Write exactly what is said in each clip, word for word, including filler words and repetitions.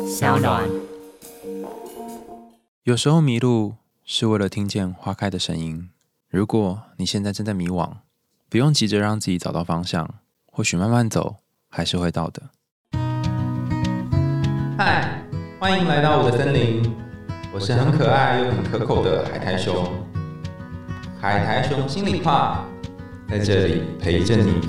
小暖。 有时候迷路是为了听见花开的声音。如果你现在正在迷惘，不用急着让自己找到方向，或许慢慢走还是会到的。 嗨，欢迎来到我的森林，我是很可爱又很可口的海苔熊。海苔熊心里话，在这里陪着你。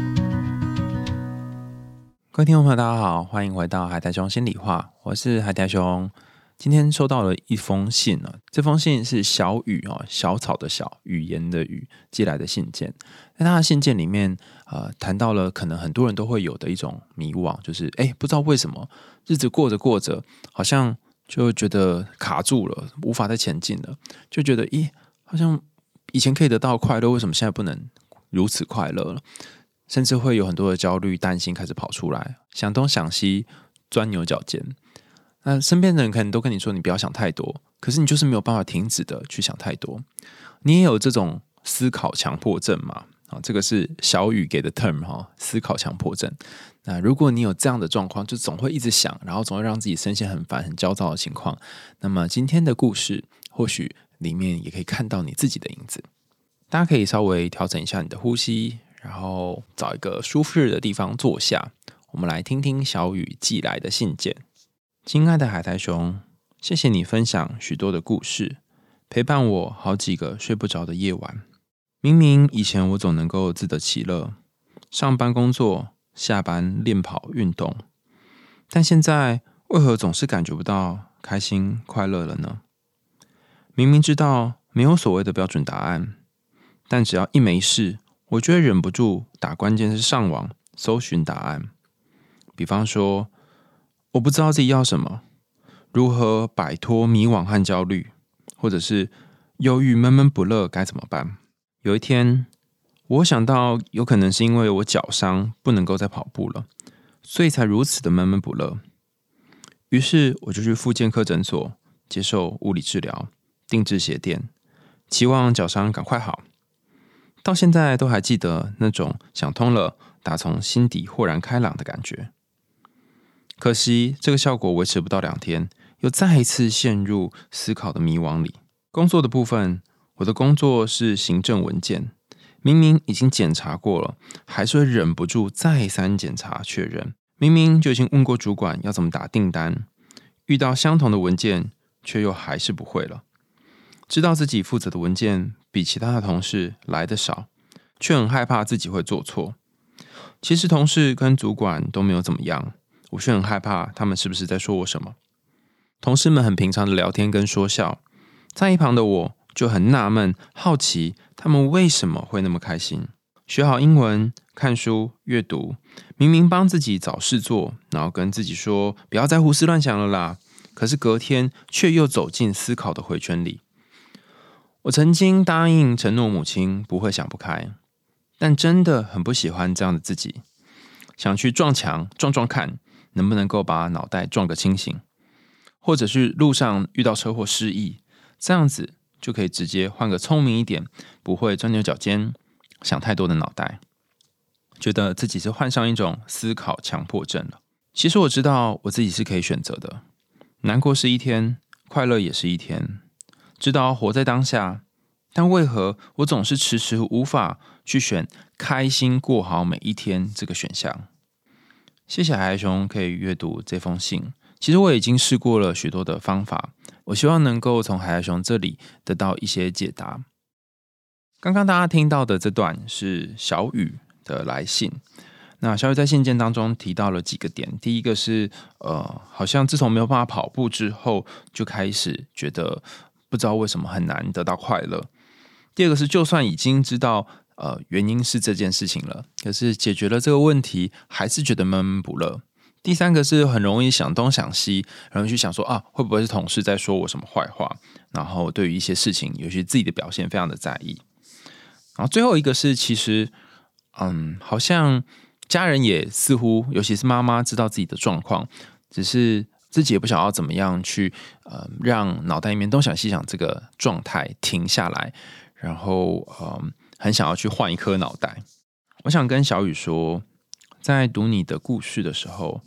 各位听众朋友大家好，欢迎回到海苔熊心里话，我是海苔熊。今天收到了一封信、啊、这封信是小雨、啊、小草的小，语言的语寄来的信件。在他的信件里面、呃、谈到了可能很多人都会有的一种迷惘，就是哎，不知道为什么日子过着过着好像就觉得卡住了，无法再前进了，就觉得咦，好像以前可以得到快乐，为什么现在不能如此快乐了？甚至会有很多的焦虑担心开始跑出来，想东想西，钻牛角尖。那身边的人可能都跟你说你不要想太多，可是你就是没有办法停止的去想太多。你也有这种思考强迫症吗？这个是小雨给的 term， 思考强迫症。那如果你有这样的状况，就总会一直想，然后总会让自己身心很烦很焦躁的情况，那么今天的故事或许里面也可以看到你自己的影子。大家可以稍微调整一下你的呼吸，然后找一个舒适的地方坐下，我们来听听小雨寄来的信件。亲爱的海苔熊，谢谢你分享许多的故事，陪伴我好几个睡不着的夜晚。明明以前我总能够自得其乐，上班工作，下班练跑运动，但现在为何总是感觉不到开心快乐了呢？明明知道没有所谓的标准答案，但只要一没事，我就会忍不住打关键字上网搜寻答案。比方说，我不知道自己要什么，如何摆脱迷惘和焦虑，或者是忧郁闷闷不乐该怎么办？有一天，我想到有可能是因为我脚伤不能够再跑步了，所以才如此的闷闷不乐。于是我就去复健科诊所接受物理治疗、定制鞋垫，期望脚伤赶快好。到现在都还记得那种想通了，打从心底豁然开朗的感觉。可惜这个效果维持不到两天，又再一次陷入思考的迷惘里。工作的部分，我的工作是行政文件，明明已经检查过了，还是会忍不住再三检查确认。明明就已经问过主管要怎么打订单，遇到相同的文件，却又还是不会了。知道自己负责的文件比其他的同事来得少，却很害怕自己会做错。其实同事跟主管都没有怎么样，我却很害怕他们是不是在说我什么。同事们很平常的聊天跟说笑，在一旁的我就很纳闷好奇他们为什么会那么开心。学好英文，看书阅读，明明帮自己找事做，然后跟自己说不要再胡思乱想了啦，可是隔天却又走进思考的回圈里。我曾经答应承诺母亲不会想不开，但真的很不喜欢这样的自己，想去撞墙撞撞看能不能够把脑袋撞个清醒，或者是路上遇到车祸失忆，这样子就可以直接换个聪明一点，不会钻牛角尖想太多的脑袋。觉得自己是患上一种思考强迫症了。其实我知道我自己是可以选择的，难过是一天，快乐也是一天，知道活在当下，但为何我总是迟迟无法去选开心过好每一天这个选项？谢谢海苔熊可以阅读这封信。其实我已经试过了许多的方法，我希望能够从海苔熊这里得到一些解答。刚刚大家听到的这段是小雨的来信。那小雨在信件当中提到了几个点，第一个是呃，好像自从没有办法跑步之后，就开始觉得不知道为什么很难得到快乐。第二个是就算已经知道呃原因是这件事情了，可是解决了这个问题，还是觉得闷闷不乐。第三个是很容易想东想西，然后去想说啊，会不会是同事在说我什么坏话？然后对于一些事情，尤其自己的表现非常的在意。然后最后一个是，其实嗯，好像家人也似乎，尤其是妈妈知道自己的状况，只是自己也不想要怎么样去呃让脑袋里面东想西想这个状态停下来，然后嗯很想要去换一颗脑袋。我想跟小雨说，在读你的故事的时候，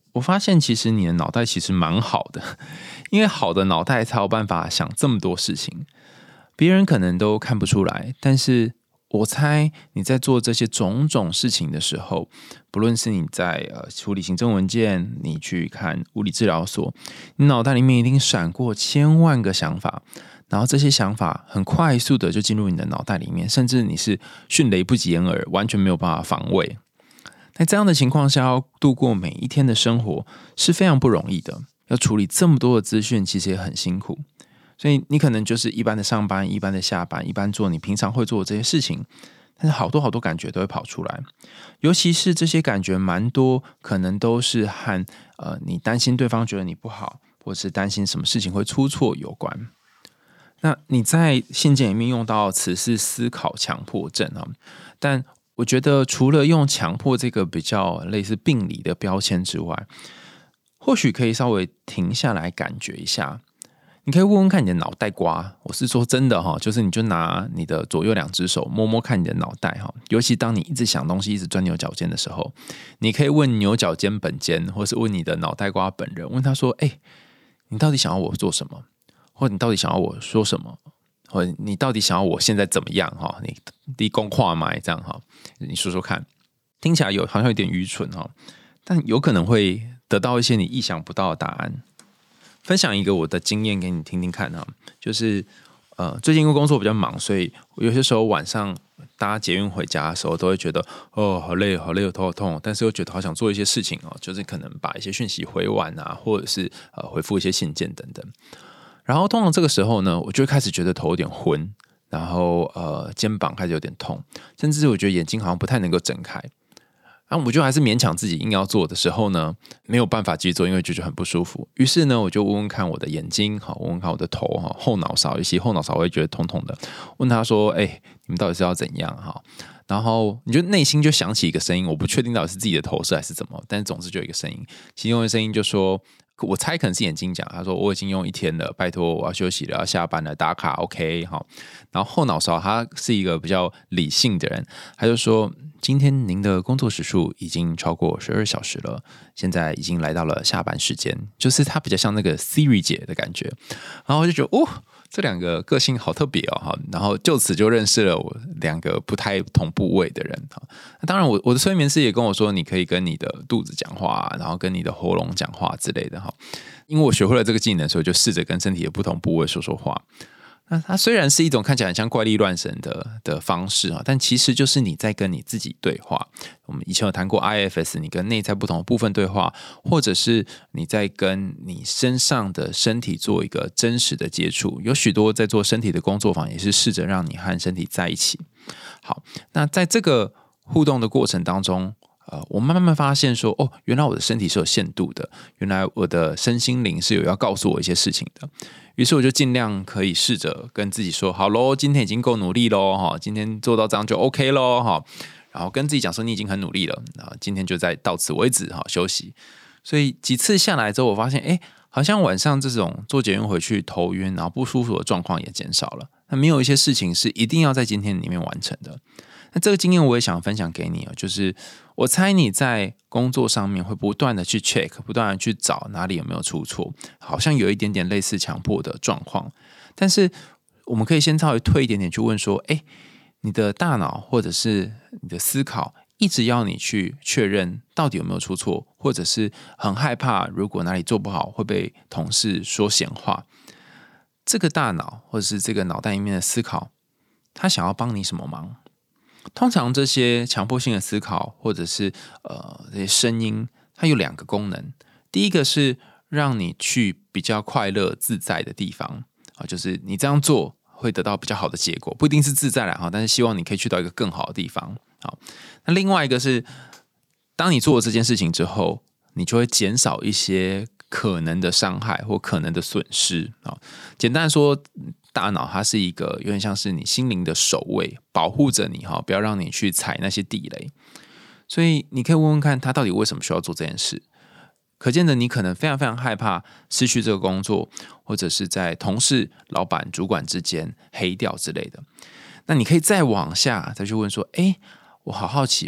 我发现其实你的脑袋其实蛮好的，因为好的脑袋才有办法想这么多事情，别人可能都看不出来，但是我猜你在做这些种种事情的时候，不论是你在、呃、处理行政文件，你去看物理治疗所，你脑袋里面一定闪过千万个想法，然后这些想法很快速的就进入你的脑袋里面，甚至你是迅雷不及掩耳，完全没有办法防卫。在这样的情况下，要度过每一天的生活是非常不容易的，要处理这么多的资讯，其实也很辛苦。所以你可能就是一般的上班，一般的下班，一般做你平常会做的这些事情，但是好多好多感觉都会跑出来，尤其是这些感觉蛮多，可能都是和呃你担心对方觉得你不好，或是担心什么事情会出错有关。那你在信件里面用到词是思考强迫症啊，但我觉得除了用强迫这个比较类似病理的标签之外，或许可以稍微停下来感觉一下。你可以问问看你的脑袋瓜，我是说真的哈，就是你就拿你的左右两只手摸摸看你的脑袋哈，尤其当你一直想东西，一直钻牛角尖的时候，你可以问牛角尖本尖，或是问你的脑袋瓜本人，问他说：“哎、欸，你到底想要我做什么？或你到底想要我说什么？或者你到底想要我现在怎么样？哈，你立功跨埋这样哈，你说说看。”听起来有好像有点愚蠢哈，但有可能会得到一些你意想不到的答案。分享一个我的经验给你听听看哈，就是呃，最近因为工作比较忙，所以有些时候晚上搭捷运回家的时候，都会觉得哦好累好累，头好痛，但是又觉得好想做一些事情哦，就是可能把一些讯息回完啊，或者是呃回复一些信件等等。然后通常这个时候呢，我就会开始觉得头有点昏，然后呃肩膀开始有点痛，甚至我觉得眼睛好像不太能够睁开。然后我就还是勉强自己硬要做的时候呢，没有办法继续做，因为就觉得很不舒服。于是呢，我就问问看我的眼睛，问问看我的头，后脑勺，有些后脑勺我会觉得痛痛的。问他说：“哎、欸，你们到底是要怎样？”哈，然后你就内心就响起一个声音，我不确定到底是自己的投射还是怎么，但是总之就有一个声音，其中的声音就说。我猜可能是眼睛讲，他说我已经用一天了，拜托我要休息了，要下班了，打卡 OK 好。然后后脑勺他是一个比较理性的人，他就说今天您的工作时数已经超过十二小时了，现在已经来到了下班时间，就是他比较像那个 Siri 姐的感觉。然后我就觉得哦，这两个个性好特别哦，然后就此就认识了我两个不太同部位的人。当然我我的催眠师也跟我说，你可以跟你的肚子讲话，然后跟你的喉咙讲话之类的。因为我学会了这个技能，所以就试着跟身体的不同部位说说话。那它虽然是一种看起来很像怪力乱神 的, 的方式，但其实就是你在跟你自己对话。我们以前有谈过 I F S， 你跟内在不同的部分对话，或者是你在跟你身上的身体做一个真实的接触。有许多在做身体的工作坊，也是试着让你和身体在一起。好，那在这个互动的过程当中，呃，我慢慢发现说，哦，原来我的身体是有限度的，原来我的身心灵是有要告诉我一些事情的。于是我就尽量可以试着跟自己说，好咯，今天已经够努力咯，今天做到这样就 OK 咯，然后跟自己讲说你已经很努力了，今天就在到此为止休息。所以几次下来之后，我发现，哎，好像晚上这种坐捷运回去头晕然后不舒服的状况也减少了。那没有一些事情是一定要在今天里面完成的。那这个经验我也想分享给你，就是我猜你在工作上面会不断的去 check， 不断的去找哪里有没有出错，好像有一点点类似强迫的状况。但是我们可以先稍微退一点点去问说，哎，你的大脑或者是你的思考一直要你去确认到底有没有出错，或者是很害怕如果哪里做不好会被同事说闲话。这个大脑或者是这个脑袋里面的思考，他想要帮你什么忙？通常这些强迫性的思考或者是呃这些声音，它有两个功能。第一个是让你去比较快乐自在的地方，就是你这样做会得到比较好的结果，不一定是自在啦，但是希望你可以去到一个更好的地方。好，那另外一个是，当你做了这件事情之后，你就会减少一些可能的伤害或可能的损失。简单说，大脑它是一个有点像是你心灵的守卫，保护着你，不要让你去踩那些地雷。所以你可以问问看他到底为什么需要做这件事。可见的你可能非常非常害怕失去这个工作，或者是在同事、老板、主管之间黑掉之类的。那你可以再往下再去问说，哎，我好好奇哦，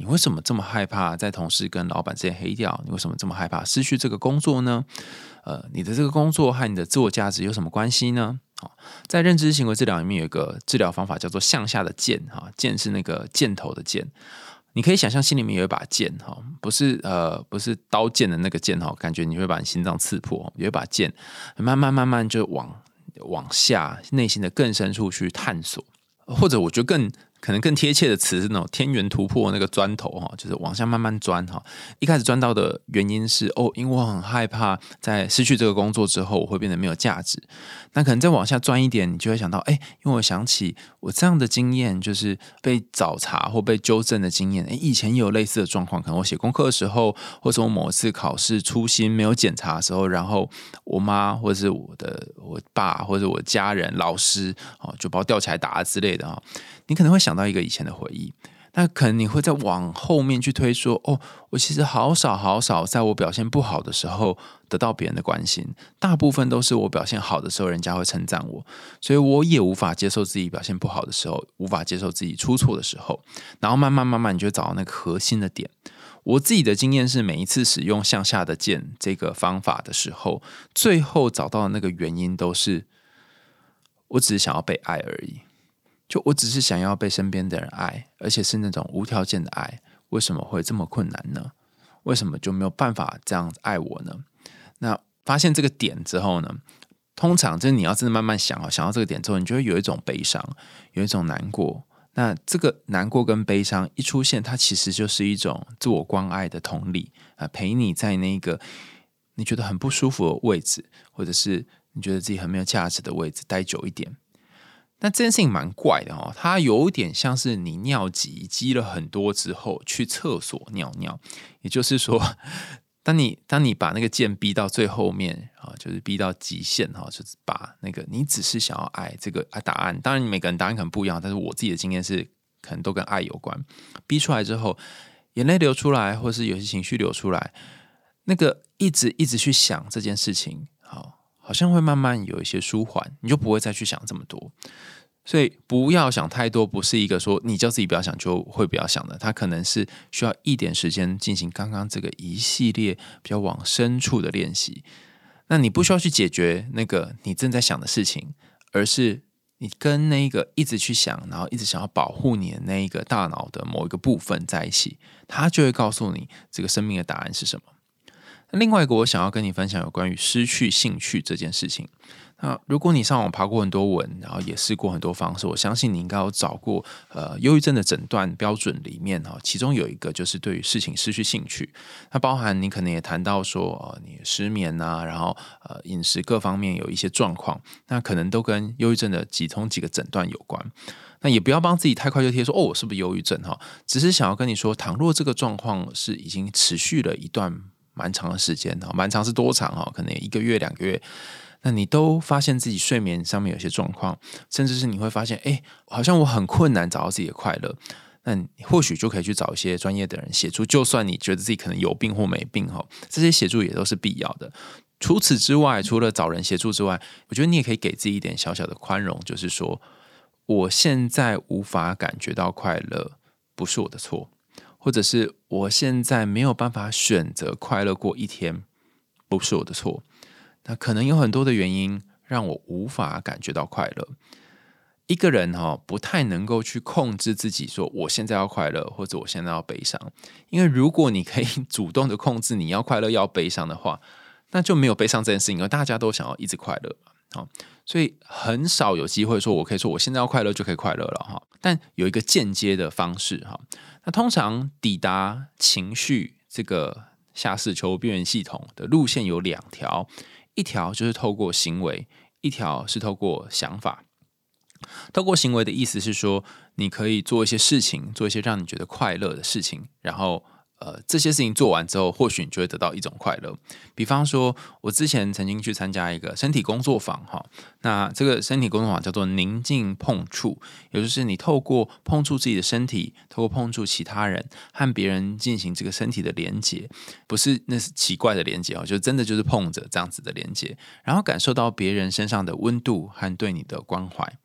你为什么这么害怕在同事跟老板之间黑掉？你为什么这么害怕失去这个工作呢？呃，你的这个工作和你的自我价值有什么关系呢？在认知行为治疗里面有一个治疗方法叫做向下的剑，剑是那个箭头的箭。你可以想象心里面有一把剑，不是呃不是刀剑的那个剑，感觉你会把你心脏刺破。有一把剑，慢慢慢慢就往往下内心的更深处去探索，或者我觉得更可能更贴切的词是那种天元突破那个钻头，就是往下慢慢钻。一开始钻到的原因是哦，因为我很害怕在失去这个工作之后我会变得没有价值。那可能再往下钻一点，你就会想到哎，因为我想起我这样的经验，就是被找茬或被纠正的经验。哎，以前也有类似的状况，可能我写功课的时候，或者我某一次考试粗心没有检查的时候，然后我妈或者是我的我爸或者我家人老师就把我吊起来打之类的，你可能会想到一个以前的回忆。那可能你会再往后面去推说，哦，我其实好少好少在我表现不好的时候得到别人的关心，大部分都是我表现好的时候人家会称赞我，所以我也无法接受自己表现不好的时候，无法接受自己出错的时候，然后慢慢慢慢你就会找到那个核心的点。我自己的经验是，每一次使用向下的剑这个方法的时候，最后找到的那个原因都是我只是想要被爱而已。就我只是想要被身边的人爱，而且是那种无条件的爱，为什么会这么困难呢？为什么就没有办法这样爱我呢？那发现这个点之后呢，通常就是你要真的慢慢想，想到这个点之后，你就会有一种悲伤，有一种难过。那这个难过跟悲伤一出现，它其实就是一种自我关爱的同理，陪你在那个你觉得很不舒服的位置，或者是你觉得自己很没有价值的位置待久一点。那这件事情蛮怪的哦，它有点像是你尿急积了很多之后去厕所尿尿，也就是说，当你当你把那个剑逼到最后面啊，就是逼到极限哈，就是把那个你只是想要爱这个答案，当然每个人答案可能不一样，但是我自己的经验是可能都跟爱有关。逼出来之后，眼泪流出来，或是有些情绪流出来，那个一直一直去想这件事情，好。好像会慢慢有一些舒缓，你就不会再去想这么多。所以不要想太多，不是一个说你叫自己不要想就会不要想的，它可能是需要一点时间进行刚刚这个一系列比较往深处的练习。那你不需要去解决那个你正在想的事情，而是你跟那个一直去想，然后一直想要保护你的那一个大脑的某一个部分在一起，它就会告诉你这个生命的答案是什么。另外一个我想要跟你分享有关于失去兴趣这件事情。那如果你上网爬过很多文，然后也试过很多方式，我相信你应该有找过呃忧郁症的诊断标准里面，其中有一个就是对于事情失去兴趣。那包含你可能也谈到说、呃、你失眠啊，然后呃饮食各方面有一些状况，那可能都跟忧郁症的其中几个诊断有关。那也不要帮自己太快就贴说哦我是不是忧郁症，只是想要跟你说，倘若这个状况是已经持续了一段蛮长的时间，蛮长是多长，可能一个月两个月，那你都发现自己睡眠上面有些状况，甚至是你会发现哎，好像我很困难找到自己的快乐，那你或许就可以去找一些专业的人协助，就算你觉得自己可能有病或没病，这些协助也都是必要的。除此之外，除了找人协助之外，我觉得你也可以给自己一点小小的宽容，就是说我现在无法感觉到快乐不是我的错，或者是我现在没有办法选择快乐过一天不是我的错，那可能有很多的原因让我无法感觉到快乐。一个人、哦、不太能够去控制自己说我现在要快乐或者我现在要悲伤，因为如果你可以主动的控制你要快乐要悲伤的话，那就没有悲伤这件事情，因为大家都想要一直快乐嘛。好，所以很少有机会说我可以说我现在要快乐就可以快乐了哈。但有一个间接的方式哈。那通常抵达情绪这个下视丘边缘系统的路线有两条，一条就是透过行为，一条是透过想法。透过行为的意思是说，你可以做一些事情，做一些让你觉得快乐的事情，然后呃，这些事情做完之后，或许你就会得到一种快乐。比方说，我之前曾经去参加一个身体工作坊哈，那这个身体工作坊叫做宁静碰触，也就是你透过碰触自己的身体，透过碰触其他人，和别人进行这个身体的连结，不是那是奇怪的连结哦，就真的就是碰着这样子的连结，然后感受到别人身上的温度和对你的关怀。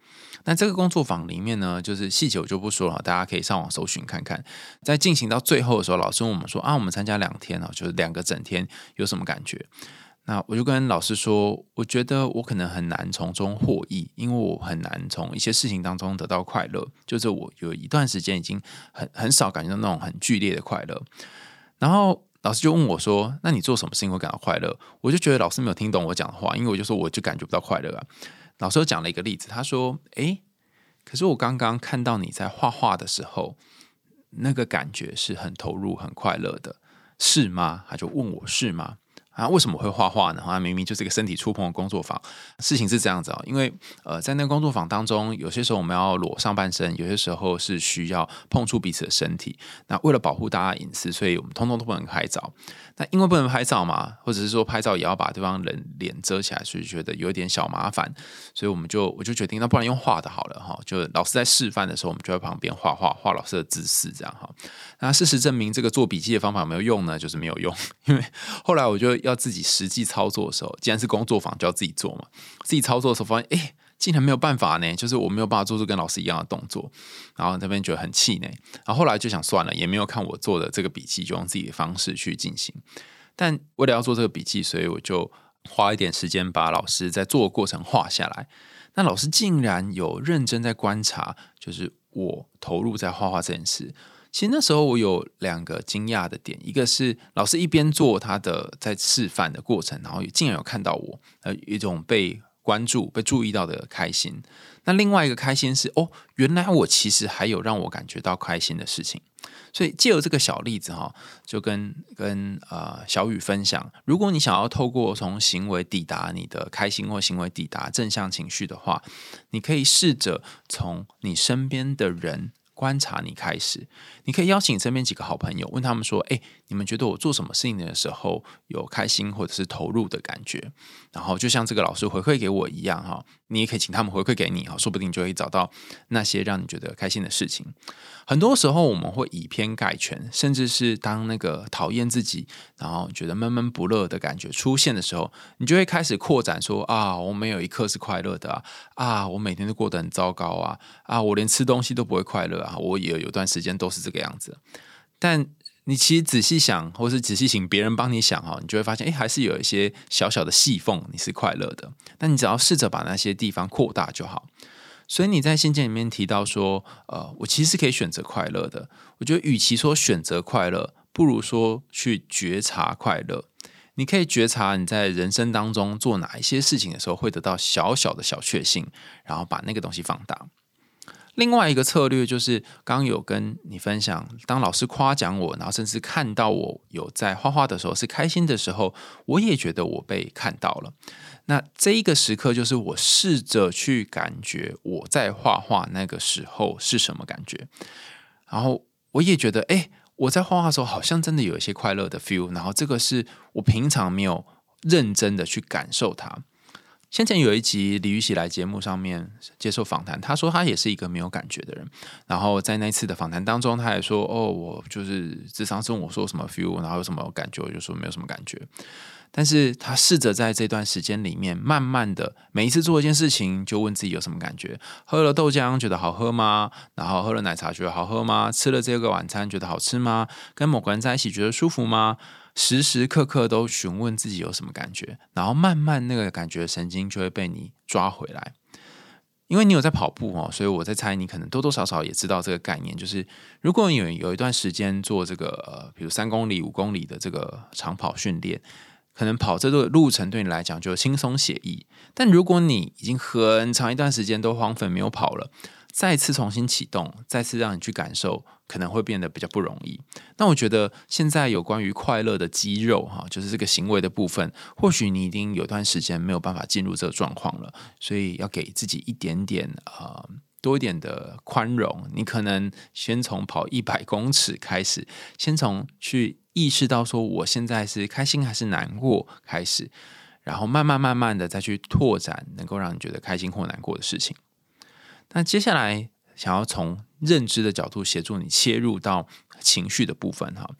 那这个工作坊里面呢，就是细节我就不说了，大家可以上网搜寻看看。在进行到最后的时候，老师问我们说啊，我们参加两天啊，就是两个整天有什么感觉？那我就跟老师说，我觉得我可能很难从中获益，因为我很难从一些事情当中得到快乐，就是我有一段时间已经很很少感觉到那种很剧烈的快乐。然后老师就问我说，那你做什么事情会感到快乐？我就觉得老师没有听懂我讲的话，因为我就说我就感觉不到快乐啊。老师又讲了一个例子，他说诶，可是我刚刚看到你在画画的时候，那个感觉是很投入很快乐的，是吗？他就问我是吗？啊，为什么会画画呢？啊，明明就是一个身体触碰的工作坊。事情是这样子哦，因为呃，在那个工作坊当中，有些时候我们要裸上半身，有些时候是需要碰触彼此的身体。那为了保护大家隐私，所以我们通通都不能拍照。那因为不能拍照嘛，或者是说拍照也要把对方人脸遮起来，所以觉得有点小麻烦，所以我们就我就决定，那不然用画的好了哈。就老师在示范的时候，我们就在旁边画画，画老师的姿势这样哈。那事实证明，这个做笔记的方法有没有用呢？就是没有用，因为后来我就要自己实际操作的时候，既然是工作坊就要自己做嘛，自己操作的时候发现，哎，竟然没有办法呢，就是我没有办法做出跟老师一样的动作，然后那边觉得很气馁，然后后来就想算了，也没有看我做的这个笔记，就用自己的方式去进行。但为了要做这个笔记，所以我就花一点时间把老师在做的过程画下来。那老师竟然有认真在观察，就是我投入在画画这件事。其实那时候我有两个惊讶的点，一个是老师一边做他的在示范的过程，然后竟然有看到我，呃，一种被关注、被注意到的开心。那另外一个开心是，哦，原来我其实还有让我感觉到开心的事情。所以借由这个小例子哈，就跟跟呃小雨分享，如果你想要透过从行为抵达你的开心，或行为抵达正向情绪的话，你可以试着从你身边的人观察你开始。你可以邀请你身边几个好朋友，问他们说，哎，你们觉得我做什么事情的时候有开心或者是投入的感觉？然后就像这个老师回馈给我一样哈，你也可以请他们回馈给你哈，说不定就会找到那些让你觉得开心的事情。很多时候我们会以偏概全，甚至是当那个讨厌自己，然后觉得闷闷不乐的感觉出现的时候，你就会开始扩展说，啊，我没有一刻是快乐的啊，啊，我每天都过得很糟糕啊，啊，我连吃东西都不会快乐啊，我也有段时间都是这个样子。但你其实仔细想，或是仔细请别人帮你想，你就会发现，哎，还是有一些小小的细缝你是快乐的。但你只要试着把那些地方扩大就好。所以你在信件里面提到说，呃，我其实可以选择快乐的。我觉得与其说选择快乐，不如说去觉察快乐。你可以觉察你在人生当中做哪一些事情的时候会得到小小的小确幸，然后把那个东西放大。另外一个策略就是刚刚有跟你分享，当老师夸奖我，然后甚至看到我有在画画的时候是开心的时候，我也觉得我被看到了。那这一个时刻就是我试着去感觉我在画画那个时候是什么感觉，然后我也觉得哎，我在画画的时候好像真的有一些快乐的 feel， 然后这个是我平常没有认真的去感受它。先前有一集李玉玺来节目上面接受访谈，他说他也是一个没有感觉的人，然后在那次的访谈当中他也说，哦，我就是咨商师问我说什么 feel， 然后有什么感觉，我就说没有什么感觉。但是他试着在这段时间里面慢慢的每一次做一件事情就问自己有什么感觉，喝了豆浆觉得好喝吗？然后喝了奶茶觉得好喝吗？吃了这个晚餐觉得好吃吗？跟某个人在一起觉得舒服吗？时时刻刻都询问自己有什么感觉，然后慢慢那个感觉神经就会被你抓回来。因为你有在跑步哦，所以我在猜你可能多多少少也知道这个概念，就是如果你有有一段时间做这个呃，比如三公里、五公里的这个长跑训练，可能跑这个路程对你来讲就轻松写意。但如果你已经很长一段时间都荒废没有跑了，再次重新启动，再次让你去感受，可能会变得比较不容易。那我觉得现在有关于快乐的肌肉哈，就是这个行为的部分，或许你已经有段时间没有办法进入这个状况了，所以要给自己一点点呃多一点的宽容。你可能先从跑一百公尺开始，先从去意识到说我现在是开心还是难过开始，然后慢慢慢慢的再去拓展能够让你觉得开心或难过的事情。那接下来想要从认知的角度协助你切入到情绪的部分哈，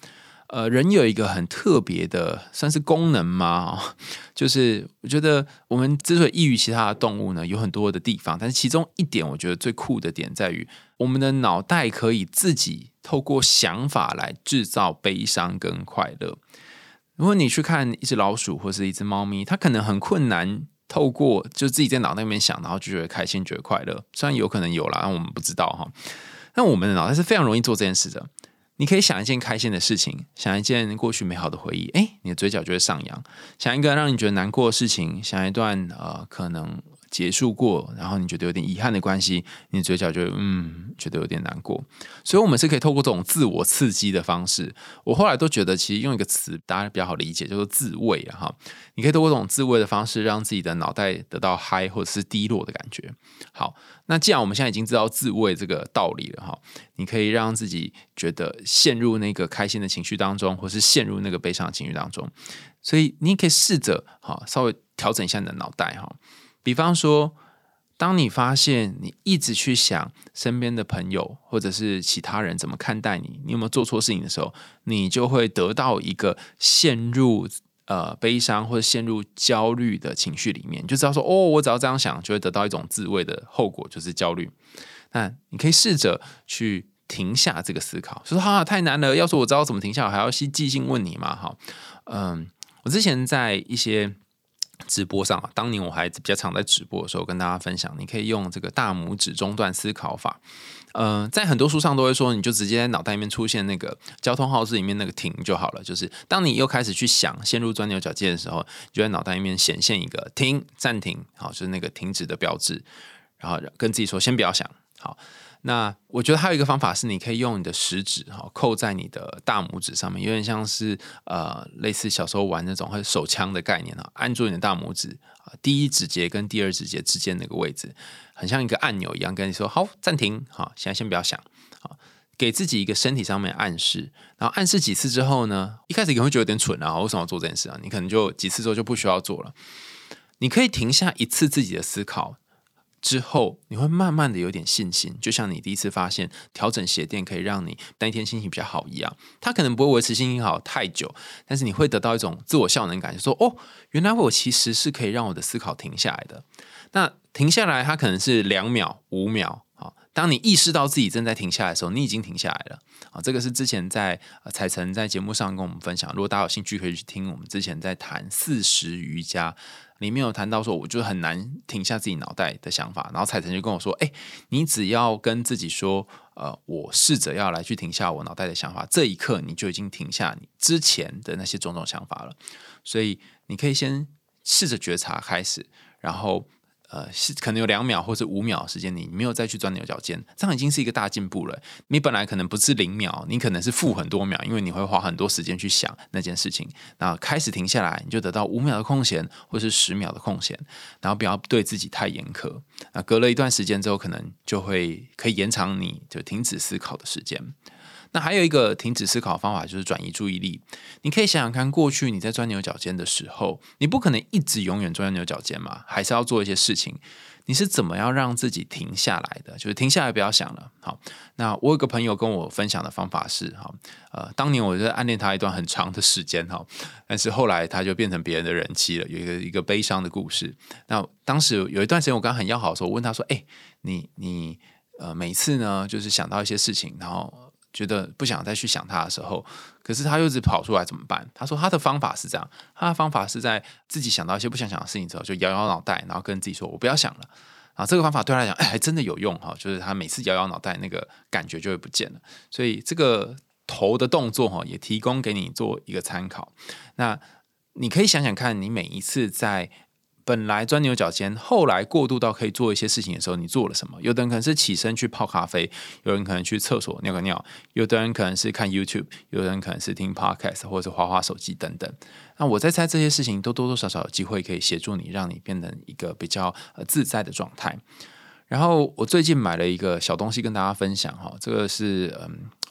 呃，人有一个很特别的，算是功能吗？就是我觉得我们之所以异于其他的动物呢，有很多的地方，但是其中一点我觉得最酷的点在于，我们的脑袋可以自己透过想法来制造悲伤跟快乐。如果你去看一只老鼠或是一只猫咪，它可能很困难透过就自己在脑袋里面想，然后就觉得开心，觉得快乐。虽然有可能有啦，但我们不知道哈。但我们的脑袋是非常容易做这件事的。你可以想一件开心的事情，想一件过去美好的回忆，哎，你的嘴角就会上扬；想一个让你觉得难过的事情，想一段呃可能结束过，然后你觉得有点遗憾的关系，你的嘴角就会嗯觉得有点难过。所以，我们是可以透过这种自我刺激的方式。我后来都觉得，其实用一个词大家比较好理解，叫做自慰啊哈。你可以透过这种自慰的方式，让自己的脑袋得到嗨或者是低落的感觉。好，那既然我们现在已经知道自慰这个道理了哈，你可以让自己觉得陷入那个开心的情绪当中，或是陷入那个悲伤的情绪当中。所以，你也可以试着哈稍微调整一下你的脑袋哈。比方说，当你发现你一直去想身边的朋友或者是其他人怎么看待你，你有没有做错事情的时候，你就会得到一个陷入呃悲伤或者陷入焦虑的情绪里面，你就知道说，哦，我只要这样想，就会得到一种自慰的后果，就是焦虑。那你可以试着去停下这个思考，说哈、啊、太难了，要是我知道怎么停下，我还要寄信问你嘛，哈，嗯，我之前在一些直播上啊，当年我还比较常在直播的时候跟大家分享，你可以用这个大拇指中断思考法。呃，在很多书上都会说，你就直接在脑袋里面出现那个交通号志里面那个停就好了。就是当你又开始去想，陷入钻牛角尖的时候，就在脑袋里面显现一个停、暂停，好，就是那个停止的标志，然后跟自己说先不要想，好。那我觉得还有一个方法是，你可以用你的食指扣在你的大拇指上面，有点像是呃类似小时候玩那种手枪的概念，按住你的大拇指，第一指节跟第二指节之间那个位置，很像一个按钮一样，跟你说好暂停，好，现在先不要想，好，给自己一个身体上面的暗示，然后暗示几次之后呢，一开始你会觉得有点蠢啊，为什么要做这件事啊？你可能就几次之后就不需要做了，你可以停下一次自己的思考。之后你会慢慢的有点信心，就像你第一次发现调整鞋垫可以让你那一天心情比较好一样，它可能不会维持心情好太久，但是你会得到一种自我效能感，就说哦，原来我其实是可以让我的思考停下来的。那停下来它可能是两秒五秒，当你意识到自己正在停下来的时候，你已经停下来了。这个是之前在彩晨在节目上跟我们分享，如果大家有兴趣可以去听我们之前在谈四时瑜伽，里面有谈到说我就很难停下自己脑袋的想法，然后彩晨就跟我说，哎，你只要跟自己说呃，我试着要来去停下我脑袋的想法，这一刻你就已经停下你之前的那些种种想法了。所以你可以先试着觉察开始，然后呃，是可能有两秒或者五秒的时间，你没有再去钻牛角尖，这样已经是一个大进步了。你本来可能不是零秒，你可能是负很多秒，因为你会花很多时间去想那件事情。那开始停下来，你就得到五秒的空闲，或是十秒的空闲，然后不要对自己太严苛。那隔了一段时间之后，可能就会可以延长你就停止思考的时间。那还有一个停止思考的方法就是转移注意力。你可以想想看，过去你在钻牛角尖的时候，你不可能一直永远钻牛角尖嘛，还是要做一些事情。你是怎么样让自己停下来的？就是停下来不要想了。好，那我有个朋友跟我分享的方法是，哈，呃，当年我就暗恋他一段很长的时间，哈，但是后来他就变成别人的人妻了，有一个一个悲伤的故事。那当时有一段时间我跟他很要好的时候，我问他说：“哎、欸，你你呃每次呢，就是想到一些事情，然后觉得不想再去想他的时候，可是他又一直跑出来怎么办？”他说他的方法是这样，他的方法是在自己想到一些不想想的事情之后，就摇摇脑袋，然后跟自己说：“我不要想了。”啊，这个方法对他来讲，哎，还真的有用哈，就是他每次摇摇脑袋，那个感觉就会不见了。所以这个头的动作哈，也提供给你做一个参考。那你可以想想看，你每一次在本来钻牛角尖，后来过渡到可以做一些事情的时候，你做了什么？有的人可能是起身去泡咖啡，有人可能去厕所尿个尿，有的人可能是看 YouTube， 有的人可能是听 Podcast 或者是滑滑手机等等。那我在猜这些事情都多多少少有机会可以协助你，让你变成一个比较自在的状态。然后我最近买了一个小东西跟大家分享哈，这个是嗯，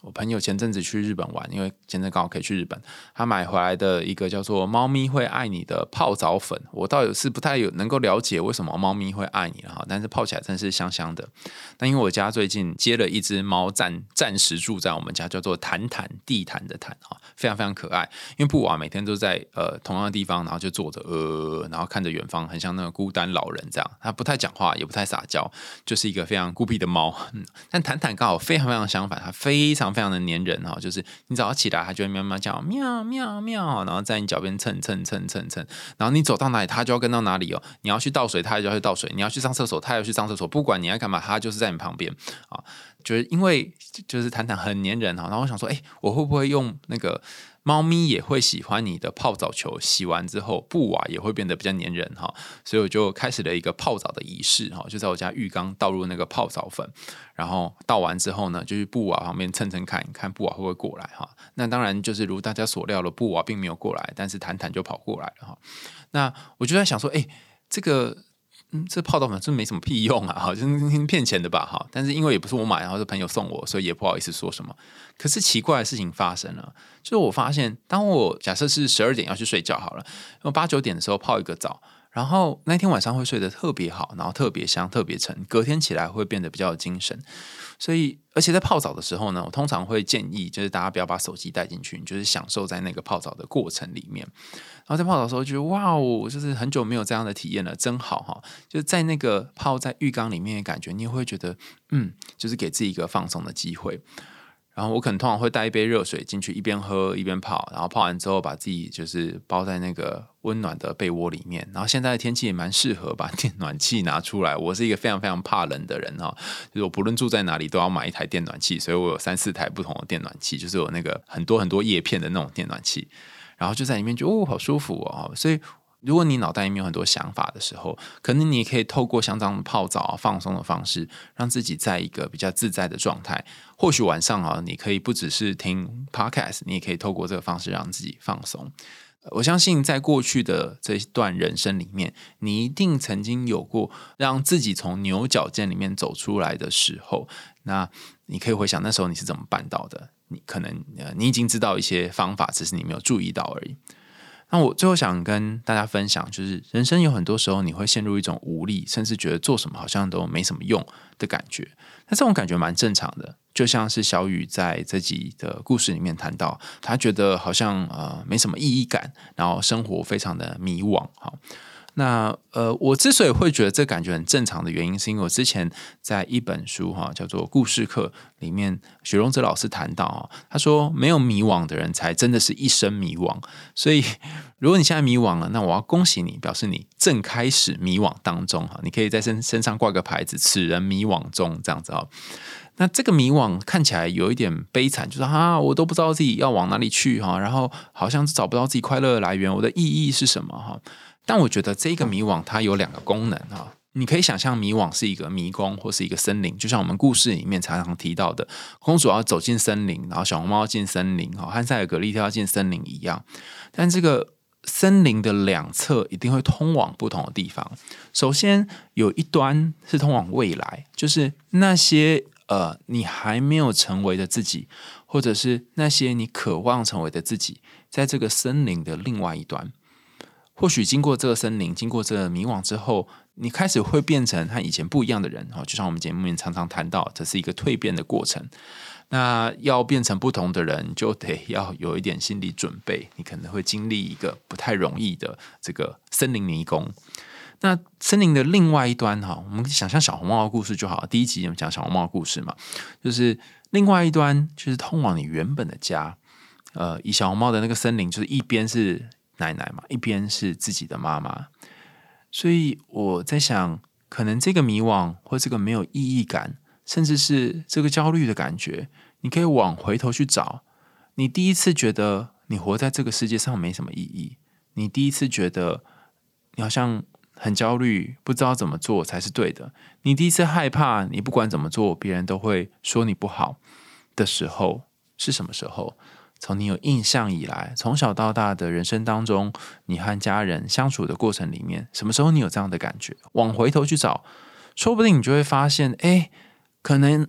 我朋友前阵子去日本玩，因为前阵刚好可以去日本，他买回来的一个叫做猫咪会爱你的泡澡粉，我倒是不太有能够了解为什么猫咪会爱你哈，但是泡起来真是香香的。但因为我家最近接了一只猫暂暂时住在我们家，叫做毯毯，地毯的毯哈，非常非常可爱。因为布瓦每天都在呃同样的地方，然后就坐着呃，然后看着远方，很像那个孤单老人这样。他不太讲话，也不太撒娇，就是一个非常孤僻的猫。嗯、但毯毯刚好非常非常相反，它非常非常的黏人哈，就是你早上起来，它就会喵喵叫，喵喵喵，然后在你脚边蹭蹭蹭蹭蹭，然后你走到哪里，它就要跟到哪里哦。你要去倒水，它就要去倒水；你要去上厕所，它要去上厕所。不管你要干嘛，它就是在你旁边啊。就是因为就是毯毯很黏人哈，然后我想说，哎，我会不会用那个猫咪也会喜欢你的泡澡球？洗完之后，布瓦也会变得比较黏人哈，所以我就开始了一个泡澡的仪式哈，就在我家浴缸倒入那个泡澡粉，然后倒完之后呢，就去布瓦旁边蹭蹭看，看布瓦会不会过来哈。那当然就是如大家所料了，布瓦并没有过来，但是毯毯就跑过来了哈。那我就在想说，哎，这个。嗯，这泡澡粉是没什么屁用啊，就是骗钱的吧哈。但是因为也不是我买，然后是朋友送我，所以也不好意思说什么。可是奇怪的事情发生了，就是我发现，当我假设是十二点要去睡觉好了，我八九点的时候泡一个澡，然后那天晚上会睡得特别好，然后特别香、特别沉，隔天起来会变得比较有精神。所以，而且在泡澡的时候呢，我通常会建议，就是大家不要把手机带进去，你就是享受在那个泡澡的过程里面。然后在泡澡的时候，觉得哇哦，就是很久没有这样的体验了，真好哈！就是在那个泡在浴缸里面的感觉，你也会觉得，嗯，就是给自己一个放松的机会。然后我可能通常会带一杯热水进去，一边喝一边泡，然后泡完之后把自己就是包在那个温暖的被窝里面。然后现在的天气也蛮适合把电暖气拿出来。我是一个非常非常怕冷的人哈，就是我不论住在哪里都要买一台电暖气，所以我有三四台不同的电暖气，就是有那个很多很多叶片的那种电暖气，然后就在里面觉得哦好舒服哦，所以。如果你脑袋里面有很多想法的时候，可能你也可以透过像这样的泡澡、啊、放松的方式，让自己在一个比较自在的状态。或许晚上啊，你可以不只是听 podcast， 你也可以透过这个方式让自己放松。我相信在过去的这一段人生里面，你一定曾经有过让自己从牛角尖里面走出来的时候。那你可以回想那时候你是怎么办到的？你可能、呃、你已经知道一些方法，只是你没有注意到而已。那我最后想跟大家分享，就是人生有很多时候你会陷入一种无力，甚至觉得做什么好像都没什么用的感觉。那这种感觉蛮正常的，就像是小雨在这集的故事里面谈到，他觉得好像呃没什么意义感，然后生活非常的迷惘。好，那呃，我之所以会觉得这感觉很正常的原因，是因为我之前在一本书哈叫做《故事课》里面，许荣哲老师谈到，他说没有迷惘的人才真的是一生迷惘。所以如果你现在迷惘了，那我要恭喜你，表示你正开始迷惘当中哈。你可以在身身上挂个牌子，此人迷惘中这样子哈。那这个迷惘看起来有一点悲惨，就是啊，我都不知道自己要往哪里去哈，然后好像找不到自己快乐的来源，我的意义是什么哈？但我觉得这个迷惘它有两个功能哈，你可以想象迷惘是一个迷宫或是一个森林，就像我们故事里面常常提到的，公主要走进森林，然后小红帽要进森林，汉塞尔格丽特要进森林一样。但这个森林的两侧一定会通往不同的地方。首先有一端是通往未来，就是那些呃你还没有成为的自己，或者是那些你渴望成为的自己，在这个森林的另外一端。或许经过这个森林，经过这个迷惘之后，你开始会变成和以前不一样的人，就像我们节目里面常常谈到，这是一个蜕变的过程。那要变成不同的人，就得要有一点心理准备，你可能会经历一个不太容易的这个森林迷宫。那森林的另外一端，我们想象小红帽的故事就好，第一集我们讲小红帽的故事嘛，就是另外一端就是通往你原本的家。呃，以小红帽的那个森林，就是一边是奶奶嘛，一边是自己的妈妈。所以我在想，可能这个迷惘或这个没有意义感，甚至是这个焦虑的感觉，你可以往回头去找。你第一次觉得你活在这个世界上没什么意义，你第一次觉得你好像很焦虑，不知道怎么做才是对的，你第一次害怕你不管怎么做别人都会说你不好的时候，是什么时候？从你有印象以来，从小到大的人生当中，你和家人相处的过程里面，什么时候你有这样的感觉？往回头去找，说不定你就会发现，哎，可能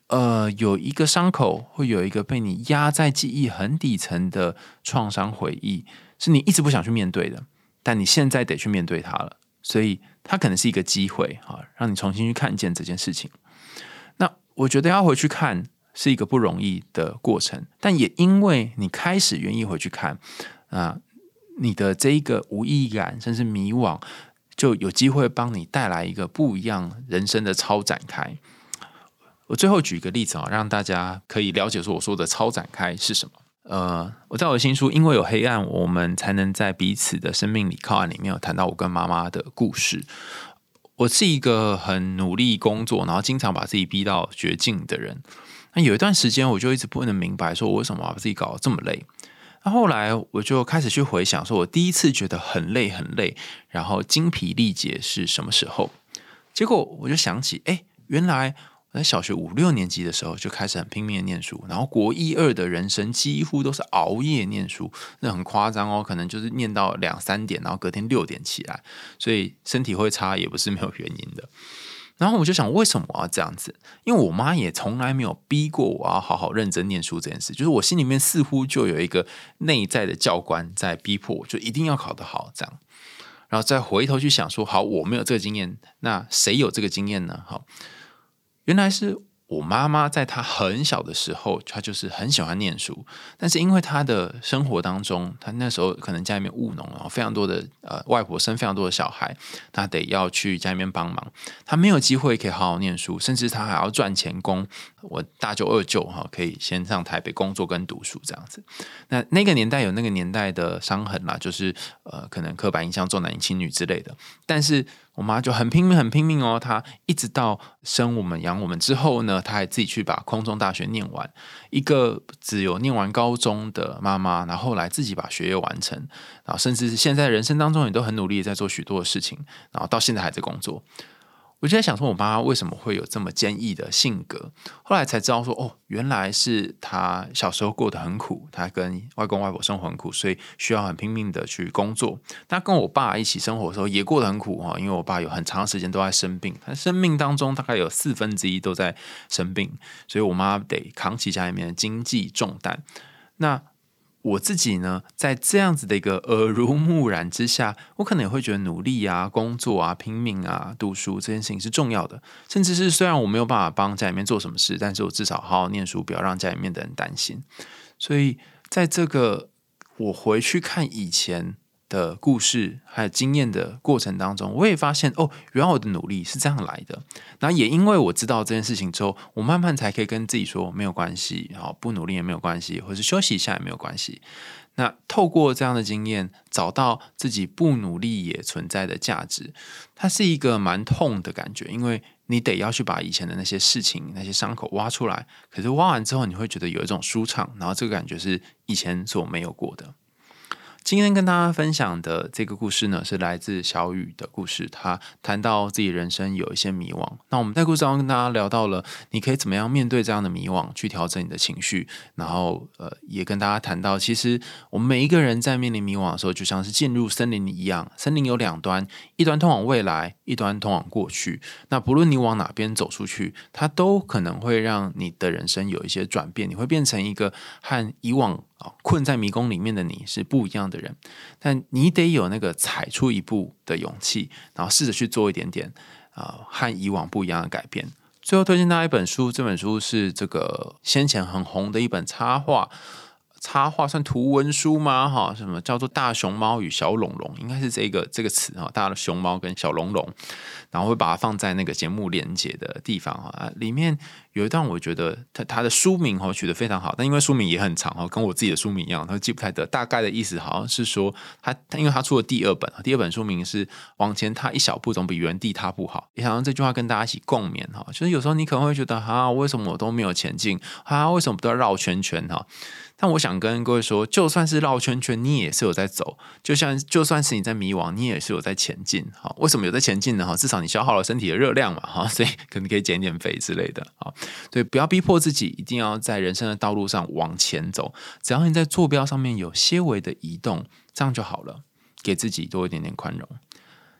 呃，有一个伤口，会有一个被你压在记忆很底层的创伤回忆，是你一直不想去面对的，但你现在得去面对它了，所以它可能是一个机会，让你重新去看见这件事情。那我觉得要回去看是一个不容易的过程，但也因为你开始愿意回去看，啊，你的这一个无意义感甚至迷惘，就有机会帮你带来一个不一样人生的超展开。我最后举一个例子，让大家可以了解说我说的超展开是什么。呃，我在我的新书《因为有黑暗，我们才能在彼此的生命里靠岸》里面有谈到我跟妈妈的故事。我是一个很努力工作，然后经常把自己逼到绝境的人。那有一段时间，我就一直不能明白，说我为什么把自己搞得这么累。那后来我就开始去回想，说我第一次觉得很累很累，然后精疲力竭是什么时候？结果我就想起，哎，原来我在小学五六年级的时候就开始很拼命的念书，然后国一二的人生几乎都是熬夜念书，那很夸张哦，可能就是念到两三点，然后隔天六点起来，所以身体会差也不是没有原因的。然后我就想，为什么我要这样子？因为我妈也从来没有逼过我要好好认真念书这件事，就是我心里面似乎就有一个内在的教官在逼迫我，就一定要考得好这样。然后再回头去想说，好，我没有这个经验，那谁有这个经验呢？好，原来是我妈妈在她很小的时候，她就是很喜欢念书，但是因为她的生活当中，她那时候可能家里面务农，然后非常多的呃外婆生非常多的小孩，她得要去家里面帮忙，她没有机会可以好好念书，甚至她还要赚钱供我大舅二舅哈，可以先上台北工作跟读书这样子。那那个年代有那个年代的伤痕啦，就是呃可能刻板印象重男轻女之类的，但是我妈就很拼命很拼命哦，她一直到生我们养我们之后呢，她还自己去把空中大学念完，一个只有念完高中的妈妈，然后后来自己把学业完成，然后甚至现在人生当中也都很努力在做许多的事情，然后到现在还在工作。我就在想说，我妈为什么会有这么坚毅的性格？后来才知道说，哦，原来是她小时候过得很苦，她跟外公外婆生活很苦，所以需要很拼命的去工作。她跟我爸一起生活的时候也过得很苦，因为我爸有很长时间都在生病，他生命当中大概有四分之一都在生病，所以我妈得扛起家里面的经济重担。那我自己呢，在这样子的一个耳濡目染之下，我可能也会觉得努力啊、工作啊、拼命啊、读书这件事情是重要的，甚至是虽然我没有办法帮家里面做什么事，但是我至少好好念书，不要让家里面的人担心。所以在这个我回去看以前的故事还有经验的过程当中，我也发现哦，原来我的努力是这样来的。然后也因为我知道这件事情之后，我慢慢才可以跟自己说没有关系，不努力也没有关系，或是休息一下也没有关系。那透过这样的经验，找到自己不努力也存在的价值，它是一个蛮痛的感觉，因为你得要去把以前的那些事情、那些伤口挖出来，可是挖完之后，你会觉得有一种舒畅，然后这个感觉是以前所没有过的。今天跟大家分享的这个故事呢，是来自小雨的故事。他谈到自己人生有一些迷惘，那我们在故事当中跟大家聊到了，你可以怎么样面对这样的迷惘，去调整你的情绪。然后，呃，也跟大家谈到，其实我们每一个人在面临迷惘的时候，就像是进入森林一样，森林有两端，一端通往未来，一端通往过去。那不论你往哪边走出去，它都可能会让你的人生有一些转变，你会变成一个和以往困在迷宫里面的你是不一样的人，但你得有那个踩出一步的勇气，然后试着去做一点点、呃、和以往不一样的改变。最后推荐大家一本书，这本书是这个先前很红的一本插画插画算图文书吗？哈，什么叫做大熊猫与小龙龙？应该是这个这个词哈，大的熊猫跟小龙龙，然后会把它放在那个节目连结的地方哈。里面有一段我觉得它它的书名哈取得非常好，但因为书名也很长哈，跟我自己的书名一样，它记不太得。大概的意思好像是说，它因为它出了第二本，第二本书名是往前踏一小步，总比原地踏步好。也想让这句话跟大家一起共勉哈，就是有时候你可能会觉得哈，为什么我都没有前进？哈，为什么都要绕圈圈哈？但我想跟各位说，就算是绕圈圈，你也是有在走；就像就算是你在迷惘，你也是有在前进。好，为什么有在前进呢？至少你消耗了身体的热量嘛，所以可能可以减点肥之类的。好，所以不要逼迫自己一定要在人生的道路上往前走，只要你在坐标上面有些微的移动，这样就好了。给自己多一点点宽容。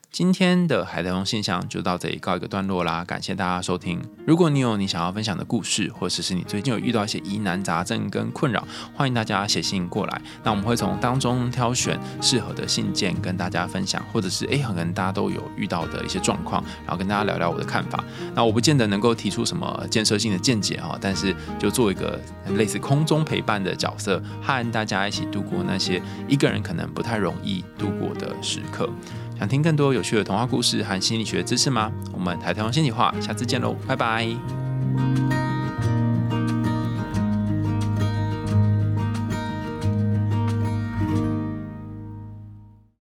今天的海苔熊信箱就到这里告一个段落啦，感谢大家收听。如果你有你想要分享的故事，或者是你最近有遇到一些疑难杂症跟困扰，欢迎大家写信过来，那我们会从当中挑选适合的信件跟大家分享，或者是哎，可能大家都有遇到的一些状况，然后跟大家聊聊我的看法。那我不见得能够提出什么建设性的见解，但是就做一个类似空中陪伴的角色，和大家一起度过那些一个人可能不太容易度过的时刻。想听更多有趣的童话故事和心理学知识吗？我们台台湾心里话，下次见喽，拜拜。